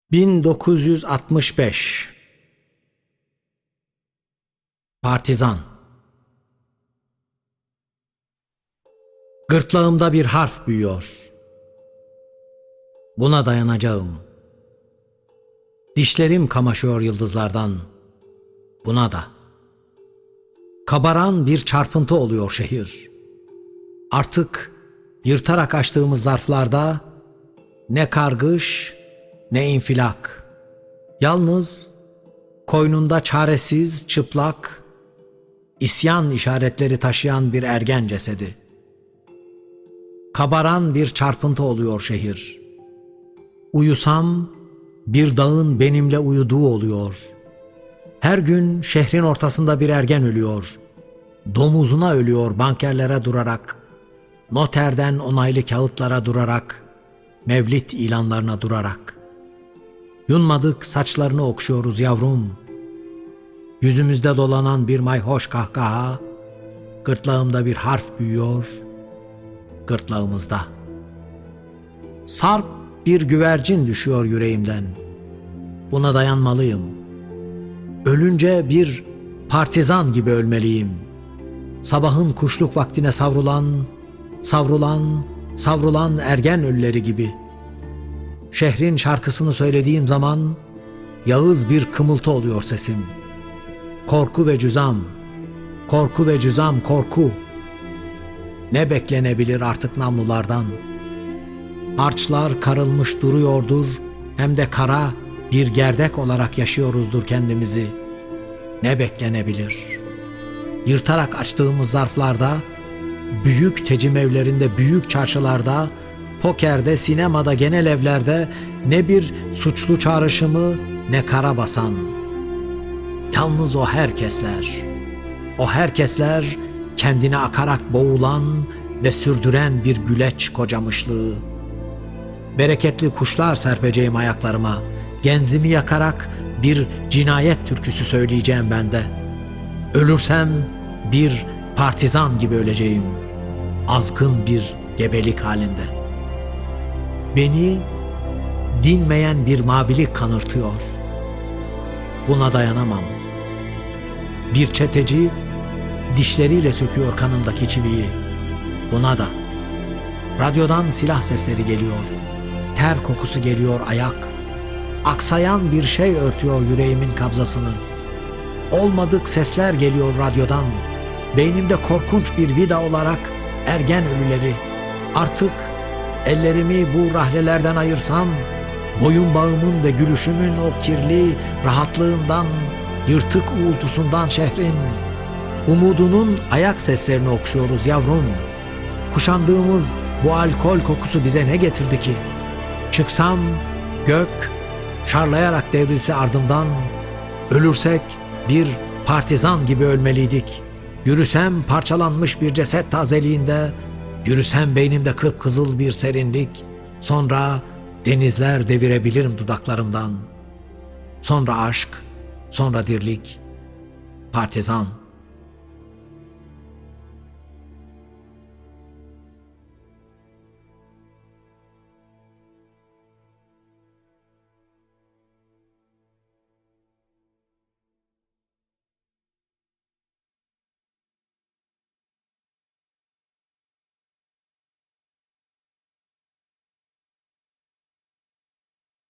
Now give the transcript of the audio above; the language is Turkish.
1965 Partizan. Gırtlağımda bir harf büyüyor. Buna dayanacağım. Dişlerim kamaşıyor yıldızlardan. Buna da. Kabaran bir çarpıntı oluyor şehir. Artık yırtarak açtığımız zarflarda ne kargış ne infilak. Yalnız koynunda çaresiz, çıplak, isyan işaretleri taşıyan bir ergen cesedi. Kabaran bir çarpıntı oluyor şehir. Uyusam bir dağın benimle uyuduğu oluyor. Her gün şehrin ortasında bir ergen ölüyor. Domuzuna ölüyor bankerlere durarak, noterden onaylı kağıtlara durarak, mevlit ilanlarına durarak. Yunmadık saçlarını okşuyoruz yavrum. Yüzümüzde dolanan bir mayhoş kahkaha, gırtlağımda bir harf büyüyor, gırtlağımızda. Sarp bir güvercin düşüyor yüreğimden. Buna dayanmalıyım. Ölünce bir partizan gibi ölmeliyim. Sabahın kuşluk vaktine savrulan ergen ölüleri gibi. Şehrin şarkısını söylediğim zaman yağız bir kımıltı oluyor sesim. Korku ve cüzam, korku ve cüzam, korku. Ne beklenebilir artık namlulardan? Harçlar karılmış duruyordur, hem de kara bir gerdek olarak yaşıyoruzdur kendimizi. Ne beklenebilir? Yırtarak açtığımız zarflarda, büyük tecim evlerinde, büyük çarşılarda, pokerde, sinemada, genel evlerde ne bir suçlu çağrışımı ne kara basan. Yalnız o herkesler kendine akarak boğulan ve sürdüren bir güleç kocamışlığı. Bereketli kuşlar serpeceğim ayaklarıma, genzimi yakarak bir cinayet türküsü söyleyeceğim ben de. Ölürsem bir partizan gibi öleceğim, azgın bir gebelik halinde. Beni dinmeyen bir mavilik kanırtıyor. Buna dayanamam. Bir çeteci dişleriyle söküyor kanımdaki çiviyi. Buna da. Radyodan silah sesleri geliyor. Ter kokusu geliyor ayak. Aksayan bir şey örtüyor yüreğimin kabzasını. Olmadık sesler geliyor radyodan. Beynimde korkunç bir vida olarak ergen ölüleri. Artık ellerimi bu rahlelerden ayırsam, boyun bağımın ve gülüşümün o kirli rahatlığından, yırtık uğultusundan şehrin, umudunun ayak seslerini okşuyoruz yavrum. Kuşandığımız bu alkol kokusu bize ne getirdi ki? Çıksam gök şarlayarak devrilse ardımdan, ölürsek bir partizan gibi ölmeliydik. Yürüsem parçalanmış bir ceset tazeliğinde, yürüsem beynimde kıpkızıl bir serinlik, sonra denizler devirebilirim dudaklarımdan. Sonra aşk, sonra dirlik, partizan.